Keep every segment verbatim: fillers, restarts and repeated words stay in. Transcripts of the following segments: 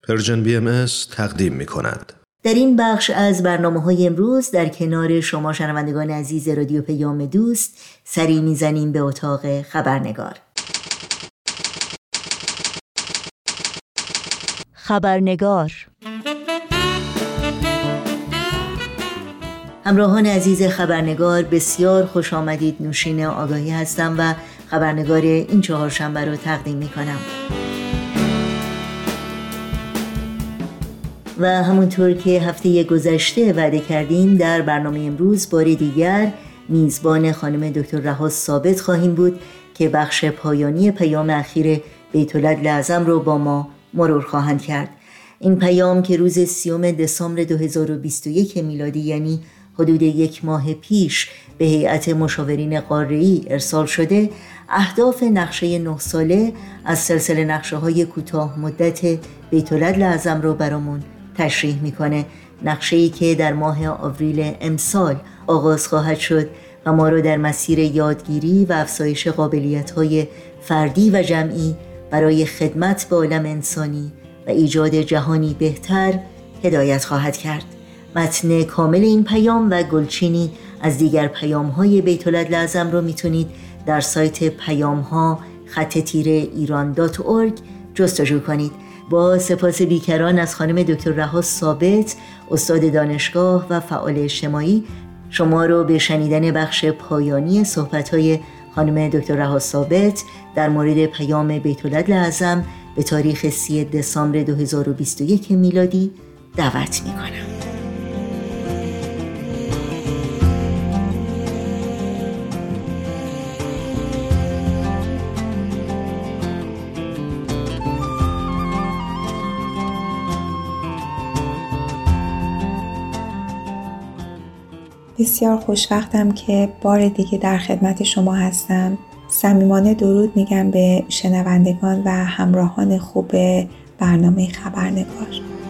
پرژن بی ام اس تقدیم می کند. در این بخش از برنامه‌های امروز در کنار شما شنوندگان عزیز رادیو پیام دوست سری می‌زنیم به اتاق خبرنگار. خبرنگار. همراهان عزیز خبرنگار، بسیار خوش آمدید. نوشین آگاهی هستم و خبرنگار این چهارشنبه رو تقدیم می‌کنم. و همونطور که هفته گذشته وعده کردیم، در برنامه امروز بار دیگر میزبان خانم دکتر رها ثابت خواهیم بود که بخش پایانی پیام اخیر بیت‌العدل اعظم رو با ما مرور خواهند کرد. این پیام که روز سیوم دسامبر دو هزار و بیست و یک میلادی، یعنی حدود یک ماه پیش، به هیئت مشاورین قاره‌ای ارسال شده، اهداف نقشه نه ساله از سلسله نقشه‌های کوتاه مدت بیت‌العدل اعظم رو برامون تشریح میکنه. نقشه‌ای که در ماه آوریل امسال آغاز خواهد شد و ما رو در مسیر یادگیری و افزایش قابلیت‌های فردی و جمعی برای خدمت به عالم انسانی و ایجاد جهانی بهتر هدایت خواهد کرد. متن کامل این پیام و گلچینی از دیگر پیام‌های بیت‌العدل اعظم رو میتونید در سایت پیام‌ها خط تیره ایران دات اورگ جستجو کنید. با سپاس بیکران از خانم دکتر رها ثابت، استاد دانشگاه و فعال اجتماعی، شما رو به شنیدن بخش پایانی صحبت‌های خانم دکتر رها ثابت در مورد پیام بیت‌العدل اعظم به تاریخ سی دسامبر دو هزار و بیست و یک میلادی دعوت می‌کنم. بسیار خوشوقتم که بار دیگه در خدمت شما هستم. صمیمانه درود میگم به شنوندگان و همراهان خوب برنامه خبرنگار.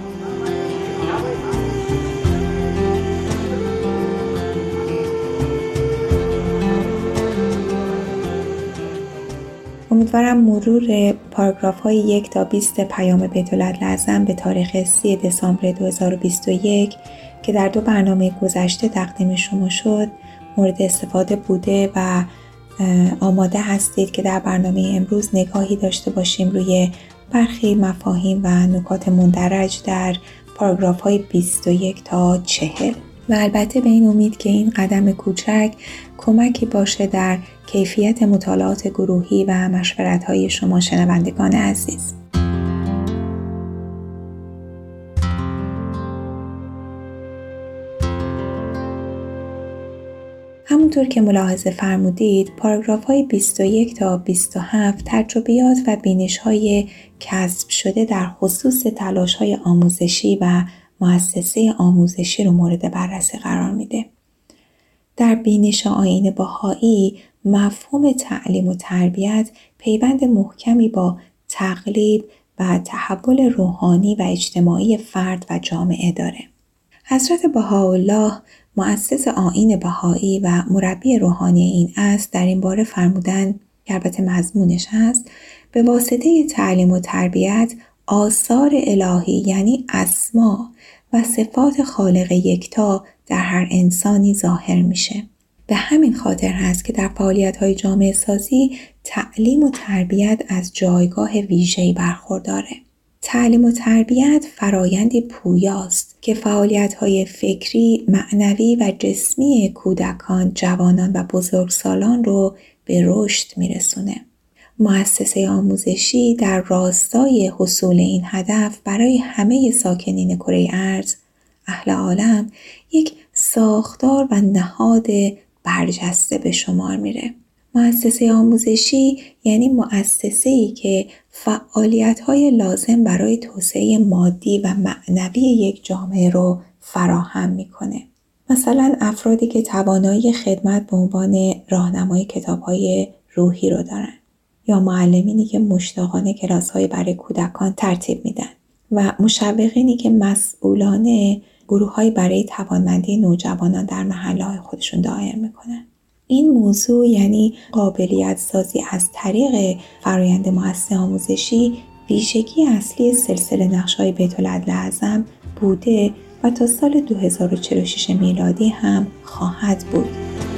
امیدوارم مرور پاراگراف های یک تا بیست پیام بیت‌العدل اعظم به تاریخ سی دسامبر دو هزار و بیست و یک که در دو برنامه گذشته تقدیم شما شد مورد استفاده بوده و آماده هستید که در برنامه امروز نگاهی داشته باشیم روی برخی مفاهیم و نکات مندرج در پاراگراف های بیست و یک تا چهل و البته به این امید که این قدم کوچک کمکی باشه در کیفیت مطالعات گروهی و مشورت های شما شنوندگان عزیز. همونطور که ملاحظه فرمودید، پاراگراف های بیست و یک تا بیست و هفت تجربیات و بینش های کسب شده در خصوص تلاش های آموزشی و مؤسسه آموزشی رو مورد بررسی قرار میده. در بینش آیین بهایی، مفهوم تعلیم و تربیت پیوند محکمی با تقلیب و تحول روحانی و اجتماعی فرد و جامعه داره. حضرت بهاءالله، مؤسس آیین بهایی و مربی روحانی این عصر، در این باره فرمودند که البته مضمونش هست: به واسطه تعلیم و تربیت آثار الهی، یعنی اسما و صفات خالق یکتا، در هر انسانی ظاهر میشه. به همین خاطر هست که در فعالیت‌های جامعه سازی تعلیم و تربیت از جایگاه ویژه‌ای برخورداره. تعلیم و تربیت فرایندی پویاست که فعالیت‌های فکری، معنوی و جسمی کودکان، جوانان و بزرگسالان رو به رشد میرسونه. مؤسسه آموزشی در راستای حصول این هدف برای همه ساکنین کره ارض، اهل عالم، یک ساختار و نهاد برجسته به شمار میره. مؤسسه آموزشی یعنی مؤسسه‌ای که فعالیت‌های لازم برای توسعه مادی و معنوی یک جامعه رو فراهم میکنه. مثلا افرادی که توانایی خدمت به عنوان راهنمای کتاب‌های روحی رو دارن، یا معلمینی که مشتاقانه کلاس‌های برای کودکان ترتیب میدن و مشوقینی که مسئولانه گروه‌های برای توانمندی نوجوانان در محله‌های خودشون دایر میکنن. این موضوع یعنی قابلیت سازی از طریق فرایند مؤسسه آموزشی ویژگی اصلی سلسله نقش‌های بیت‌العدل اعظم بوده و تا سال دو هزار و چهل و شش میلادی هم خواهد بود.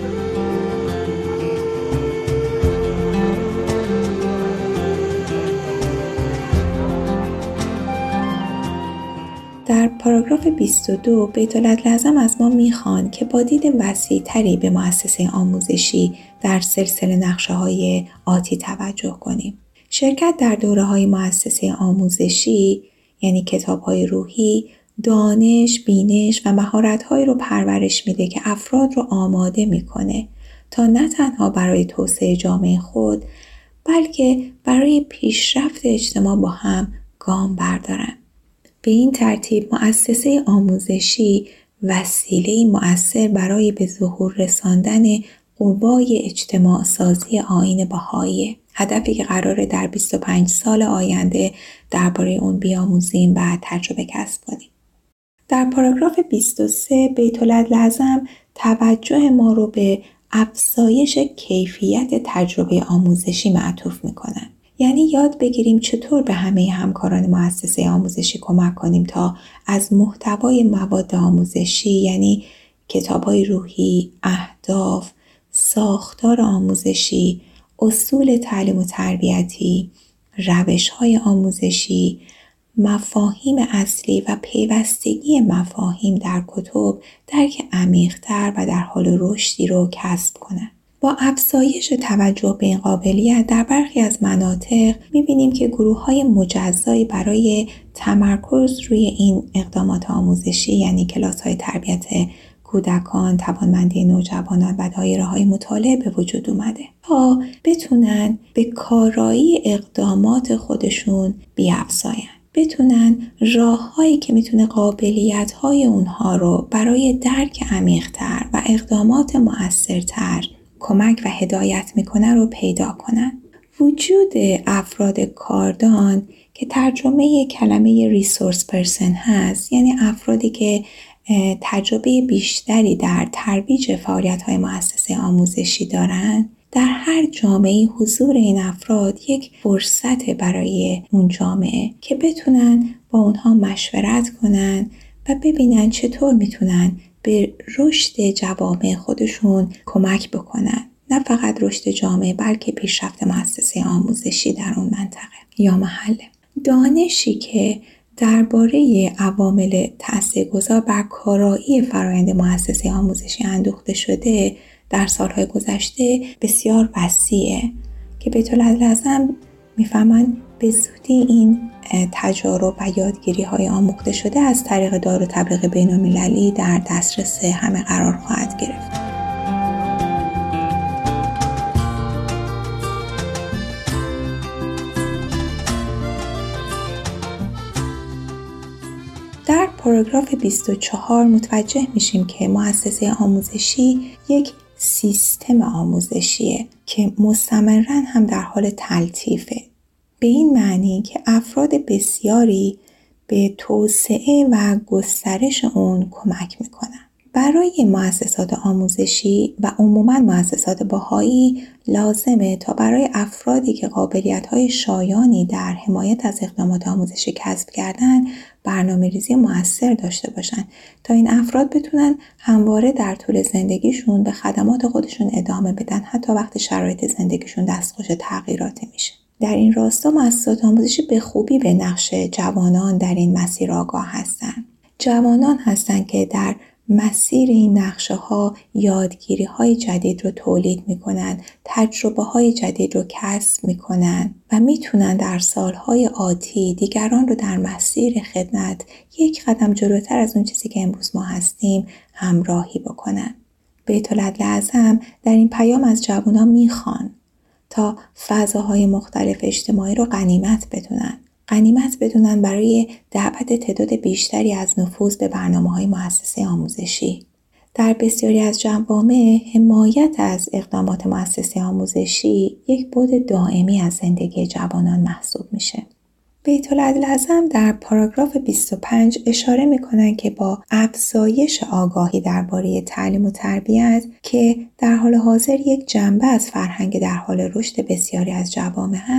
در پاراگراف بیست و دو بیت‌العدل اعظم از ما میخوان که با دید وسیع‌تری به مؤسسه آموزشی در سلسله نقشه‌های آتی توجه کنیم. شرکت در دوره‌های مؤسسه آموزشی یعنی کتاب‌های روحی، دانش، بینش و مهارت‌هایی رو پرورش میده که افراد رو آماده میکنه تا نه تنها برای توسعه جامعه خود بلکه برای پیشرفت اجتماع با هم گام بردارن. به این ترتیب مؤسسه آموزشی وسیله‌ای مؤثر برای به ظهور رساندن قوای اجتماع سازی آیین بهایی، هدفی که قراره در بیست و پنج سال آینده درباره اون بیاموزیم و تجربه کسب کنیم. در پاراگراف بیست و سه بیت‌العدل اعظم توجه ما رو به افزایش کیفیت تجربه آموزشی معطوف میکنن. یعنی یاد بگیریم چطور به همه همکاران مؤسسه آموزشی کمک کنیم تا از محتوای مواد آموزشی یعنی کتاب‌های روحی، اهداف، ساختار آموزشی، اصول تعلیم و تربیتی، روش‌های آموزشی، مفاهیم اصلی و پیوستگی مفاهیم در کتب درک عمیق‌تر و در حال رشدی رو کسب کنند. با افزایش توجه به این قابلیت در برخی از مناطق می‌بینیم که گروه‌های مجزایی برای تمرکز روی این اقدامات آموزشی یعنی کلاس‌های تربیت کودکان، توانمندی نوجوانان و دایره‌های مطالعه به وجود اومده تا بتونن به کارایی اقدامات خودشون بیافزاین. بتونن راه‌هایی که میتونه قابلیت‌های اونها رو برای درک عمیق‌تر و اقدامات مؤثرتر کمک و هدایت میکنه رو پیدا کنن. وجود افراد کاردان که ترجمه کلمه ریسورس پرسن هست یعنی افرادی که تجربه بیشتری در ترویج فعالیت‌های مؤسسه آموزشی دارن، در هر جامعه حضور این افراد یک فرصت برای اون جامعه که بتونن با اونها مشورت کنن و ببینن چطور میتونن به رشد جوامع خودشون کمک بکنن. نه فقط رشد جامعه بلکه پیشرفت مؤسسه آموزشی در اون منطقه یا محله. دانشی که درباره عوامل تاثیرگذار بر کارایی فرآیند مؤسسه آموزشی اندوخته شده در سالهای گذشته بسیار وسیعه که بیت‌العدل اعظم میفهمن به زودی این تجارب و یادگیری های آموخته شده از طریق دار و تبلیغ بین المللی در دسترس همه قرار خواهد گرفت. در پاراگراف بیست و چهار متوجه میشیم که مؤسسه آموزشی یک سیستم آموزشیه که مستمراً هم در حال تلطیفه. به این معنی که افراد بسیاری به توسعه و گسترش اون کمک میکنن. برای مؤسسات آموزشی و عموماً مؤسسات بهایی لازمه تا برای افرادی که قابلیت‌های شایانی در حمایت از اقدامات آموزشی کسب کردن برنامه‌ریزی مؤثر داشته باشن تا این افراد بتونن همواره در طول زندگیشون به خدمات خودشون ادامه بدن حتی وقتی شرایط زندگیشون دستخوش تغییراتی میشه. در این راستا مؤسسات آموزشی به خوبی به نقش جوانان در این مسیر آگاه هستند. جوانان هستند که در مسیر این نقشه ها یادگیری های جدید رو تولید می کنن، تجربه های جدید رو کسب می کنن و می تونن در سالهای آتی دیگران رو در مسیر خدمت یک قدم جلوتر از اون چیزی که امروز ما هستیم همراهی بکنن. بیت‌العدل اعظم در این پیام از جوانان می خوان تا فضاهای مختلف اجتماعی رو غنیمت بدونن. غنیمت بدونن برای دعوت تعداد بیشتری از نفوذ به برنامه‌های مؤسسه آموزشی. در بسیاری از جوامع حمایت از اقدامات مؤسسه آموزشی یک بعد دائمی از زندگی جوانان محسوب میشه. بیت‌العدل اعظم در پاراگراف بیست و پنج اشاره میکنن که با افزایش آگاهی درباره تعلیم و تربیت که در حال حاضر یک جنبه از فرهنگ در حال رشد بسیاری از جوامع هست،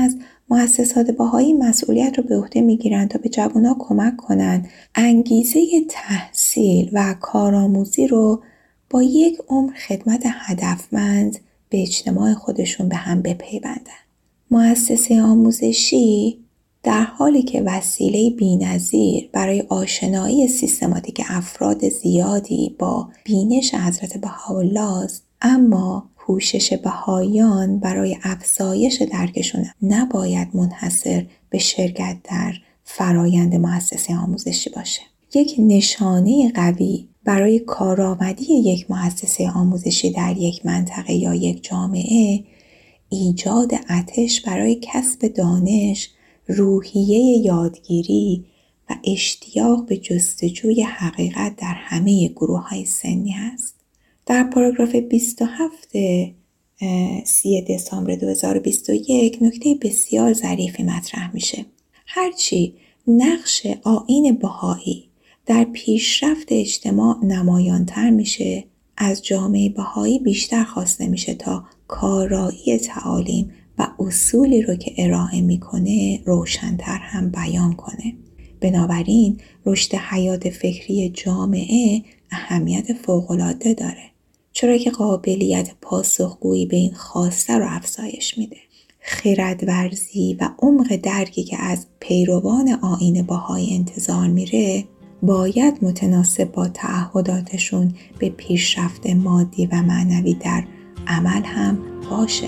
مؤسسات بهایی مسئولیت رو به عهده میگیرن تا به جوانان کمک کنن انگیزه تحصیل و کارآموزی رو با یک عمر خدمت هدفمند به اجتماع خودشون به هم بپیوندن. مؤسسه آموزشی در حالی که وسیله بی‌نظیر برای آشنایی سیستماتیک افراد زیادی با بینش حضرت بهاءالله است، اما کوشش بهائیان برای افزایش درکشون نباید منحصر به شرکت در فرایند مؤسسه آموزشی باشه. یک نشانه قوی برای کارآمدی یک مؤسسه آموزشی در یک منطقه یا یک جامعه ایجاد آتش برای کسب دانش، روحیه یادگیری و اشتیاق به جستجوی حقیقت در همه گروه‌های سنی است. در پاراگراف بیست و هفت سی دسامبر دو هزار و بیست و یک نکته بسیار ظریفی مطرح میشه. هرچی نقش آیین بهایی در پیشرفت اجتماع نمایانتر میشه، از جامعه بهایی بیشتر خواسته میشه تا کارایی تعالیم و اصولی رو که ارائه میکنه روشن‌تر هم بیان کنه. بنابراین رشد حیات فکری جامعه اهمیت فوق‌العاده داره، چرا که قابلیت پاسخگویی به این خواسته رو افزایش میده. خردورزی و عمق درکی که از پیروان آیین بهایی انتظار میره باید متناسب با تعهداتشون به پیشرفت مادی و معنوی در عمل هم باشه.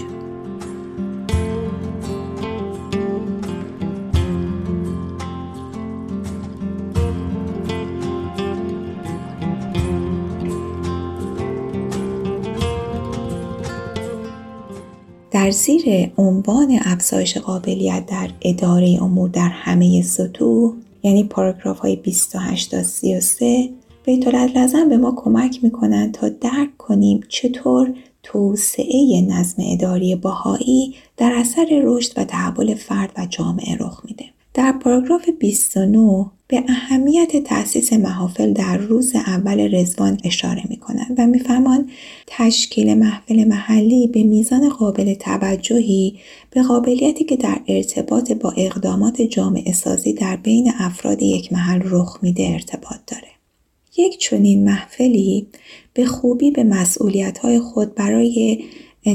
در زیر عنوان افزایش قابلیت در اداره امور در همه سطوح، یعنی پاراگراف های بیست و هشت تا سی و سه، بیت العدل به ما کمک میکنن تا درک کنیم چطور توسعه نظم اداری بهایی در اثر رشد و تحول فرد و جامعه رخ میده. در پاراگراف بیست و نه به اهمیت تأسیس محافل در روز اول رضوان اشاره میکنند و میفرمایند تشکیل محفل محلی به میزان قابل توجهی به قابلیتی که در ارتباط با اقدامات جامعه سازی در بین افراد یک محل رخ میده ارتباط داره. یک چنین محفلی به خوبی به مسئولیت‌های خود برای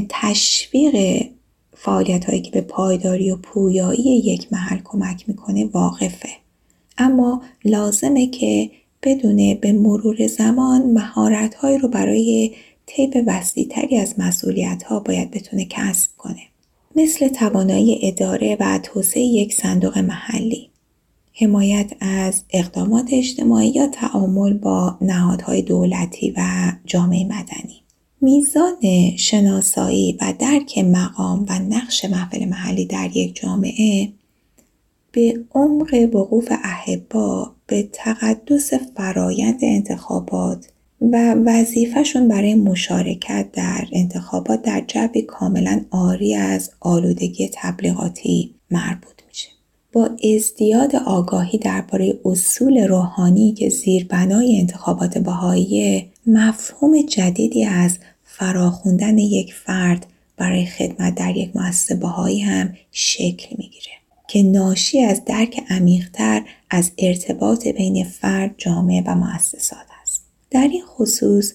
تشویق فعالیت‌هایی که به پایداری و پویایی یک محل کمک میکنه واقفه، اما لازمه که بدونه به مرور زمان مهارت‌هایی رو برای طیف وسیع‌تری از مسئولیت‌ها باید بتونه کسب کنه، مثل توانایی اداره و توسعه یک صندوق محلی، حمایت از اقدامات اجتماعی یا تعامل با نهادهای دولتی و جامعه مدنی. میزان شناسایی و درک مقام و نقش محفل محلی در یک جامعه به عمق وقوف احبا به تقدس فرایند انتخابات و وظیفه‌شون برای مشارکت در انتخابات در جوی کاملا عاری از آلودگی تبلیغاتی مربوط میشه. با ازدیاد آگاهی درباره اصول روحانی که زیربنای انتخابات بهایی، مفهوم جدیدی از فراخوندن یک فرد برای خدمت در یک مؤسسه بهایی هم شکل میگیره که ناشی از درک عمیق‌تر از ارتباط بین فرد، جامعه و مؤسسات است. در این خصوص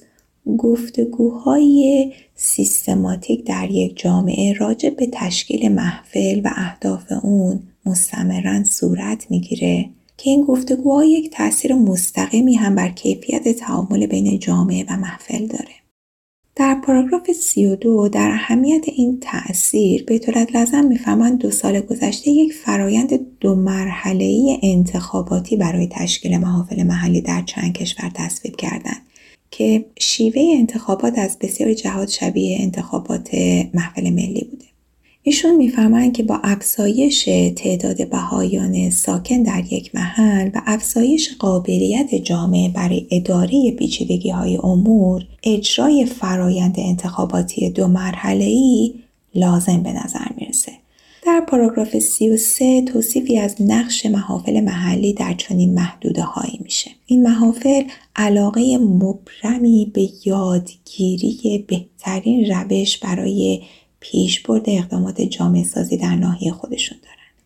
گفتگوهای سیستماتیک در یک جامعه راجع به تشکیل محفل و اهداف اون مستمراً صورت میگیره که این گفتگوها یک تأثیر مستقیمی هم بر کیفیت تعامل بین جامعه و محفل داره. در پاراگراف سی و دو در اهمیت این تأثیر بیت العدل میفهمند دو سال گذشته یک فرایند دو مرحله‌ای انتخاباتی برای تشکیل محافل محلی در چند کشور تصویب کردند که شیوه انتخابات از بسیار جهات شبیه انتخابات محفل ملی بوده. ایشون میفهمند که با افزایش تعداد بهائیان ساکن در یک محل و افزایش قابلیت جامعه برای اداره پیچیدگی‌های امور، اجرای فرایند انتخاباتی دو مرحله‌ای لازم به نظر میرسه. در پاراگراف سی و سه توصیفی از نقش محافل محلی در چنین محدوده‌هایی میشه. این محافل علاقه مبرمی به یادگیری بهترین روش برای پیشبرد اقدامات جامعه سازی در ناحیه خودشون دارن.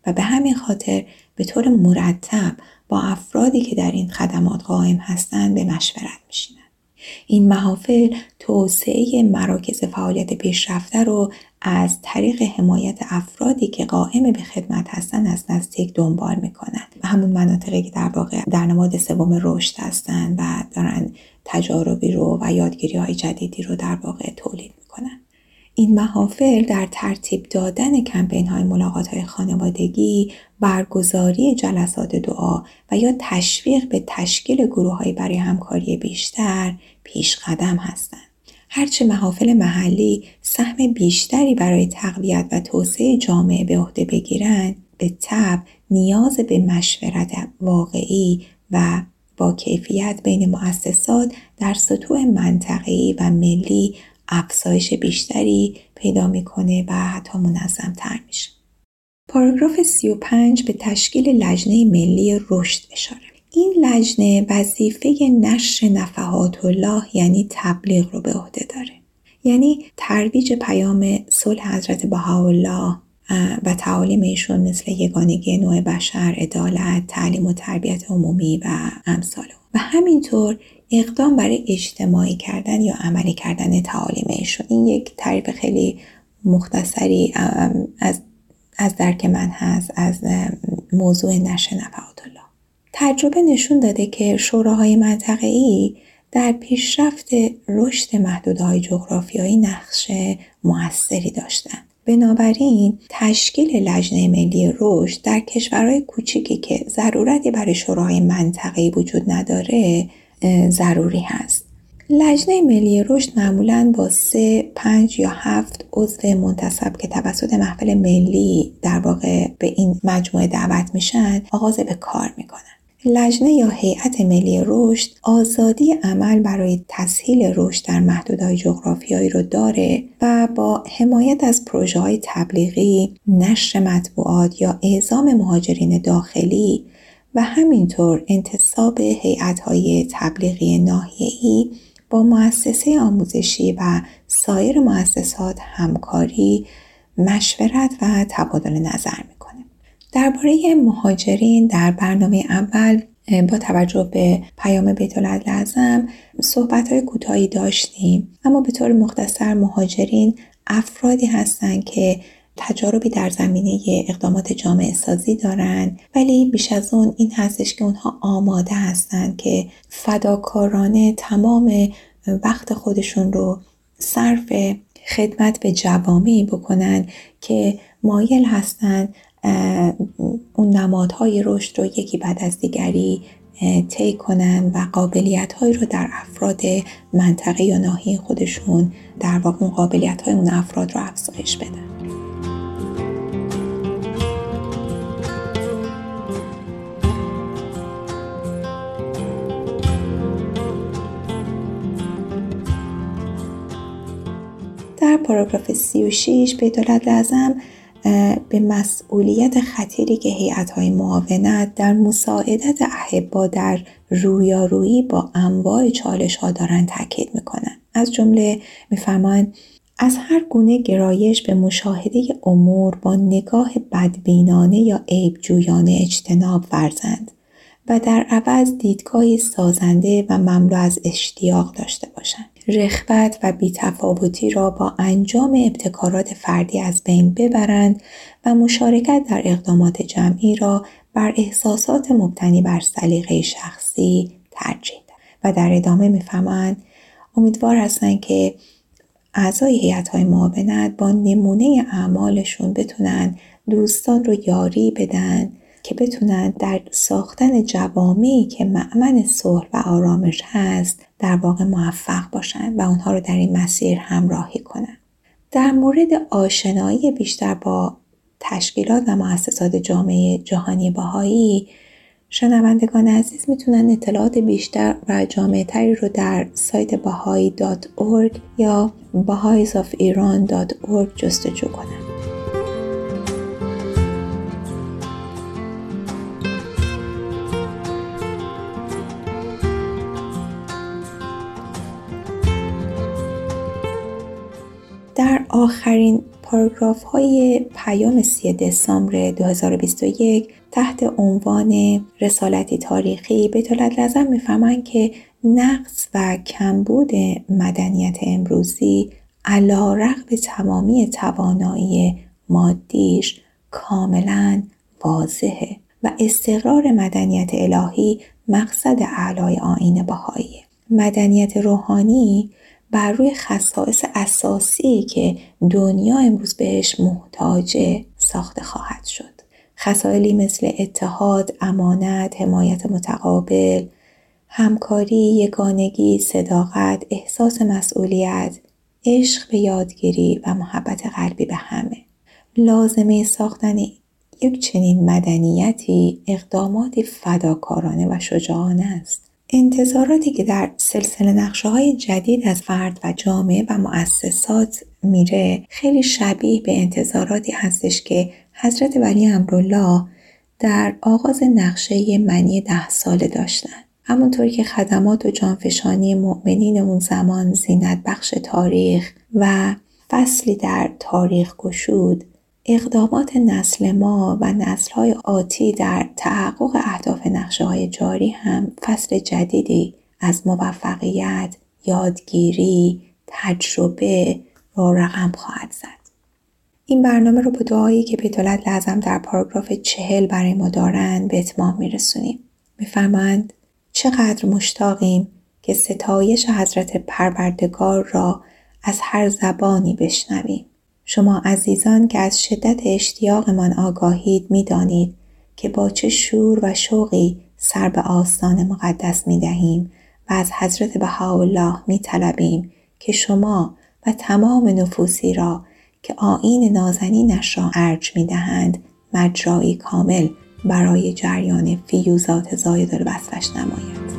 و به همین خاطر به طور مرتب با افرادی که در این خدمات قائم هستند به مشورت میشینند. این محافل توسعه مراکز فعالیت پیشرفته رو از طریق حمایت افرادی که قائم به خدمت هستند از نزدیک دنبال میکنند و همون مناطقی که در واقع در نماد سوم رشد هستند و دارن تجاربی رو و یادگیری های جدیدی رو در واقع تولید میکنند. این محافل در ترتیب دادن کمپین های ملاقات های خانوادگی، برگزاری جلسات دعا و یا تشویق به تشکیل گروه های برای همکاری بیشتر پیش قدم هستند. هرچه محافل محلی سهم بیشتری برای تقویت و توسعه جامعه به عهده بگیرند، به طبع نیاز به مشورت واقعی و با کیفیت بین مؤسسات در سطوح منطقه‌ای و ملی افزایش بیشتری پیدا میکنه و حتی منظم‌تر میشه. پاراگراف سی و پنج به تشکیل لجنه ملی رشد اشاره. این لجنه وظیفه نشر نفحات الله یعنی تبلیغ رو به عهده داره. یعنی ترویج پیام صلح حضرت بهاءالله و تعالیم ایشون مثل یگانگی نوع بشر، عدالت، تعلیم و تربیت عمومی و امثال و همینطور اقدام برای اجتماعی کردن یا عملی کردن تعالیم ایشون. این یک تعریف خیلی مختصری از از درک من هست از موضوع نشر نفحات الله. تجربه نشون داده که شوراهای منطقه‌ای در پیشرفت رشد محدوده‌های جغرافیایی نقش موثری داشتند. بنابراین تشکیل لجنه ملی رشد در کشورهای کوچیکی که ضرورتی برای شوراهای منطقه‌ای وجود نداره ضروری هست. لجنه ملی رشد معمولاً با سه، پنج یا هفت عضو منتسب که توسط محفل ملی در واقع به این مجموعه دعوت میشن آغاز به کار میکنن. لجنه یا هیئت ملی رشد آزادی عمل برای تسهیل رشد در محدوده‌های جغرافیایی رو داره و با حمایت از پروژه‌های تبلیغی، نشر مطبوعات یا اعزام مهاجرین داخلی و همینطور انتصاب هیئت‌های تبلیغی ناحیه‌ای با مؤسسه آموزشی و سایر مؤسسات همکاری، مشورت و تبادل نظر میکنه. درباره مهاجرین در برنامه اول با توجه به پیام بیت العظم صحبت‌های کوتاهی داشتیم، اما به طور مختصر مهاجرین افرادی هستند که تجاربی در زمینه اقدامات جامعه سازی دارن، ولی بیش از اون این هستش که اونها آماده هستن که فداکارانه تمام وقت خودشون رو صرف خدمت به جوامعی بکنن که مایل هستن اون نمادهای رشد رو یکی بعد از دیگری طی کنن و قابلیت‌هایی رو در افراد منطقه یا ناحیه خودشون در واقع اون قابلیت‌های اون افراد رو افزایش بدن. در پاراگراف سی و شش بیت العظم به مسئولیت خطیری که هیئت‌های معاونت در مساعدت احبا در رویارویی با انواع چالش‌ها دارن تاکید میکنن. از جمله میفرمایند از هر گونه گرایش به مشاهده امور با نگاه بدبینانه یا عیب جویانه اجتناب ورزند و در عوض دیدگاهی سازنده و مملو از اشتیاق داشته باشند. رغبت و بی‌تفاوتی را با انجام ابتکارات فردی از بین ببرند و مشارکت در اقدامات جمعی را بر احساسات مبتنی بر سلیقه شخصی ترجیح دهند. و در ادامه می‌فرمایند امیدوار هستند که اعضای هیئت‌های معاونت با نمونه اعمالشون بتونن دوستان رو یاری بدن که بتونن در ساختن جوامعی که مأمن صلح و آرامش هست در واقع موفق باشن و اونها رو در این مسیر همراهی کنن. در مورد آشنایی بیشتر با تشکیلات و مؤسسات جامعه جهانی بهایی، شنوندگان عزیز میتونن اطلاعات بیشتر و جامع‌تری رو در سایت bahai دات org یا bahais of iran دات org جستجو کنن. در آخرین پاراگراف های پیام سی دسامبر دو هزار و بیست و یک تحت عنوان رسالتی تاریخی بیت‌العدل می‌فرمایند که نقص و کمبود مدنیت امروزی علی‌رغم تمامی توانایی مادیش کاملاً واضحه و استقرار مدنیت الهی مقصد اعلای آیین بهایی. مدنیت روحانی بر روی خصائص اساسی که دنیا امروز بهش محتاجه ساخته خواهد شد. خصایلی مثل اتحاد، امانت، حمایت متقابل، همکاری، یگانگی، صداقت، احساس مسئولیت، عشق به یادگیری و محبت قلبی به همه. لازمه ساختن یک چنین مدنیتی اقداماتی فداکارانه و شجاعانه است. انتظاراتی که در سلسله نقشه‌های جدید از فرد و جامعه و مؤسسات میره خیلی شبیه به انتظاراتی هستش که حضرت ولی امرالله در آغاز نقشه منی ده ساله داشتن. همونطور که خدمات و جانفشانی مؤمنین اون زمان زینت بخش تاریخ و فصلی در تاریخ گشود، اقدامات نسل ما و نسل‌های آتی در تحقق اهداف نقشه‌های جاری هم فصل جدیدی از موفقیت، یادگیری، تجربه را رقم خواهد زد. این برنامه رو با دعایی که بیت‌العدل اعظم در پاراگراف چهل برای ما دارند به اتمام میرسونیم. می‌فرمایند چقدر مشتاقیم که ستایش حضرت پروردگار را از هر زبانی بشنویم. شما عزیزان که از شدت اشتیاقمان آگاهید می‌دانید که با چه شور و شوقی سر به آستان مقدس می‌دهیم و از حضرت بهاءالله می‌طلبیم که شما و تمام نفوسی را که آیین نازنینش را ارج می‌دهند مجرایی کامل برای جریان فیوزات زایدالوصلش نماید.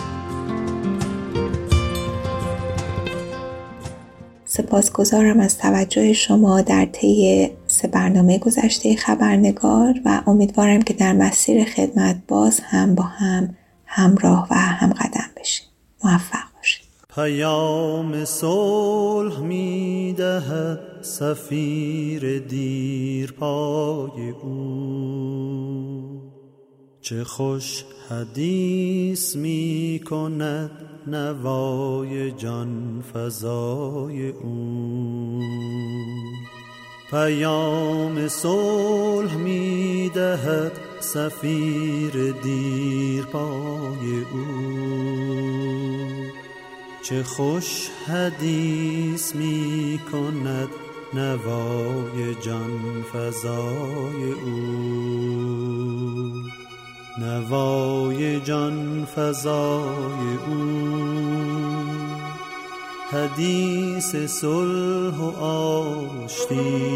سپاسگزارم از توجه شما در طی سه برنامه گذشته خبرنگار و امیدوارم که در مسیر خدمت باز هم با هم همراه و هم قدم بشیم. موفق باشید. پیام صلح می دهد سفیر دیرپای او، چه خوش حدیث می کند نوای جان فزای او. پیام صلح می دهد سفیر دیرپای او، چه خوش حدیث می کند نوای جان فزای او. نوای جان فزای او، حدیث صلح و آشتی،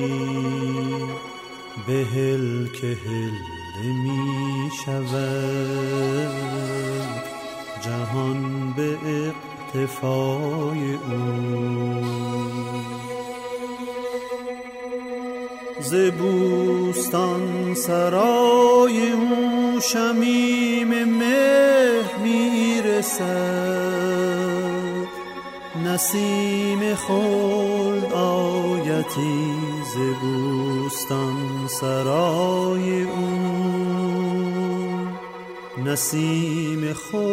بهل که هل می شود جهان به اقتفای او. ز بوستان سرای او شمیم مهر می رسد، نسیم خلد آیتی ز بوستان سرای او. نسیم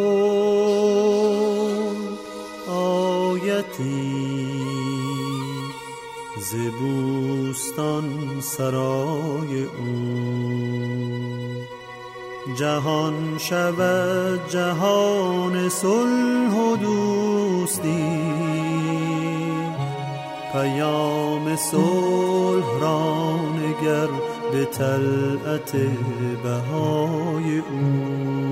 خلد آیتی ز بوستان سرای او. جهان شود جهان صلح و دوستی، پیام صلح را نگر به طلعت بهای او.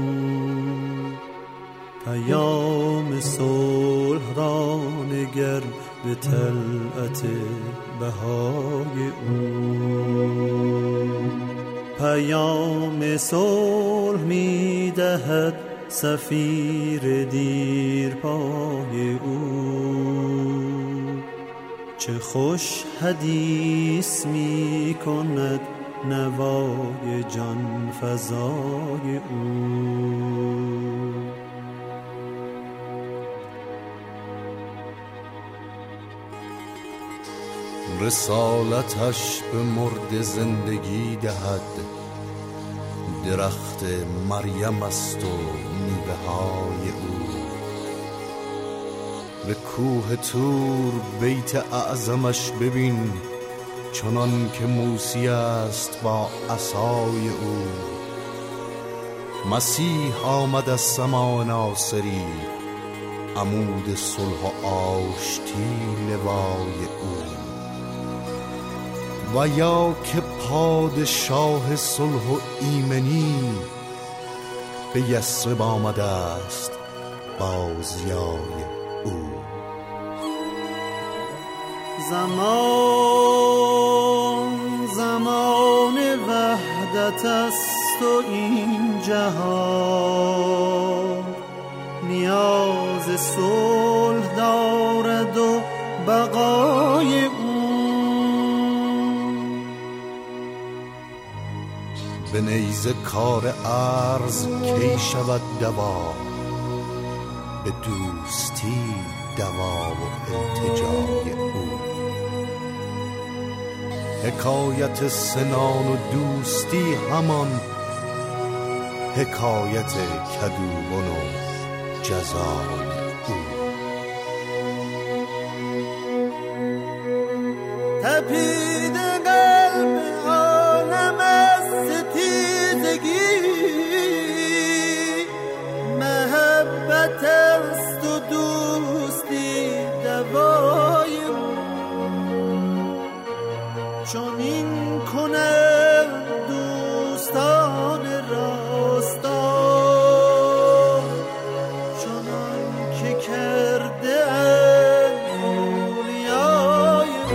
پیام صلح را نگر به طلعت بهای او. پیام صلح می دهد سفیر دیرپای او، چه خوش حدیث می کند نوای جان فزای او. رسالتش به مرد زندگی دهد. درخت مریم است و میوه های او. به کوه طور بیت اعظمش ببین، چنان که موسی است با عصای او. مسیح آمد از سما ناصری، عمود صلح و آشتی لوای او. و یا که پادشاه صلح و ایمنی، به یثرب آمده است بازیای او. زمان زمان وحدت است و این جهان، نیاز صلح دارد و بقای او. به نیزه کار عرض کی شود دوا، به دوستی دوا و التجای او. حکایت سنان و دوستی همان، حکایت کدوبن و جزای او. تپید قلب عالم از ستیزگی، محبت است و دوستی دوای او. چون این کنند دوستان راستا، چنان که کرده اند اولیای او.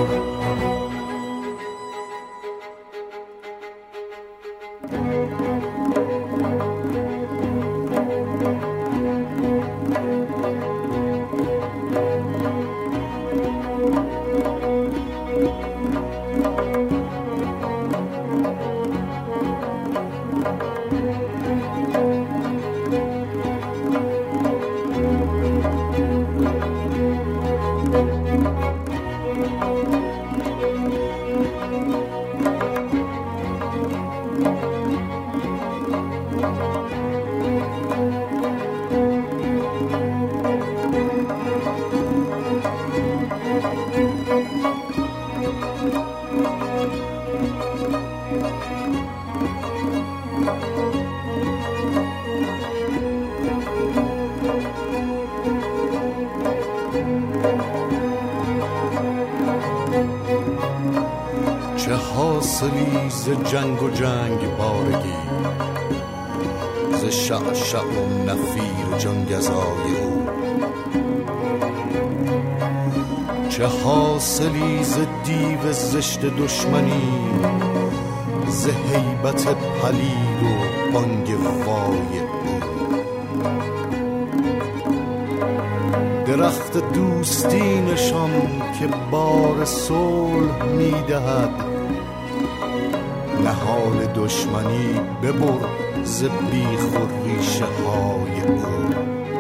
چه حاصلی ز جنگ و جنگ بارگی، ز شعشع و نفیر جانگزای او. چه حاصلی ز دیو زشت دشمنی، ز هیبت پلید و بانگ وای او. درخت دوستی نشان که بار صلح میدهد، نهال دشمنی ببر ز بیخ و ریشه های او.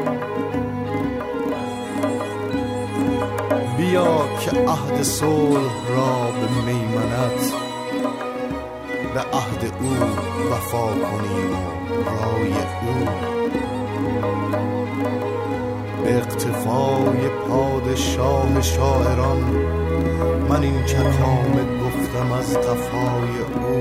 بیا که عهد صلح را به میمنت، به عهد او وفا کنیم و رای او. به اقتفای پادشاه شاعران، من این چکامه گفتم از قفای او.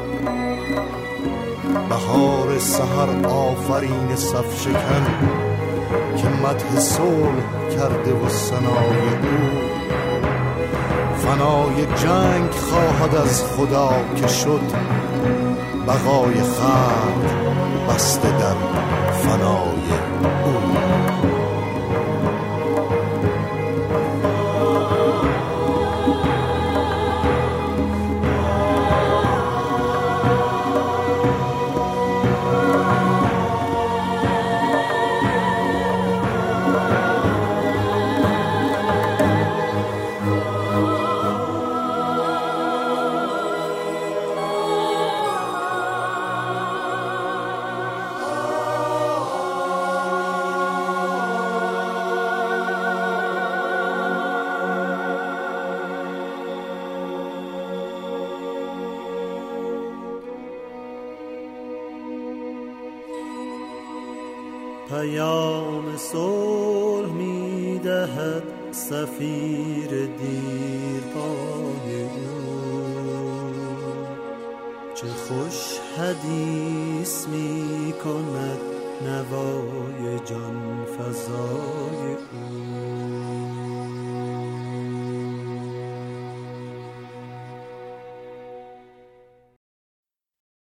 بهار سحر آفرین صف شکن، که مدح صلح کرده و ثنای او. فنای جنگ خواهد از خدا که شد، بقای خلق بسته در فنای او. پیام صلح می دهد سفیر دیرپای او. چه خوش حدیث می کند نوای جان فزای او.